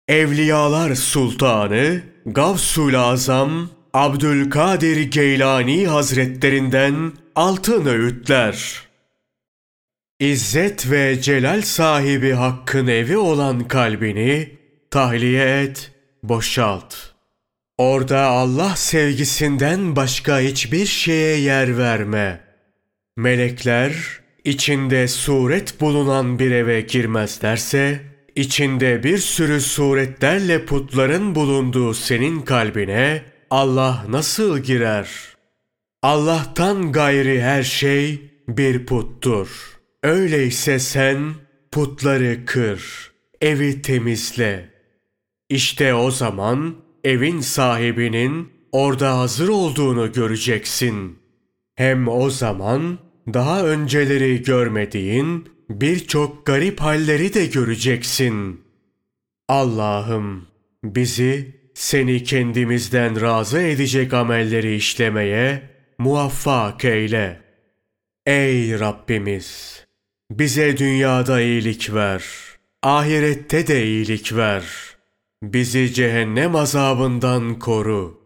Evliyalar Sultanı Gavsul Azam Abdülkadir Geylani Hazretlerinden altın öğütler. İzzet ve celal sahibi Hakk'ın evi olan kalbini tahliye et, boşalt. Orada Allah sevgisinden başka hiçbir şeye yer verme. Melekler içinde suret bulunan bir eve girmezlerse, içinde bir sürü suretlerle putların bulunduğu senin kalbine Allah nasıl girer? Allah'tan gayri her şey bir puttur. Öyleyse sen putları kır, evi temizle. İşte o zaman evin sahibinin orada hazır olduğunu göreceksin. Hem o zaman daha önceleri görmediğin birçok garip halleri de göreceksin. Allah'ım bizi seni kendimizden razı edecek amelleri işlemeye muvaffak eyle. Ey Rabbimiz! Bize dünyada iyilik ver, ahirette de iyilik ver. Bizi cehennem azabından koru.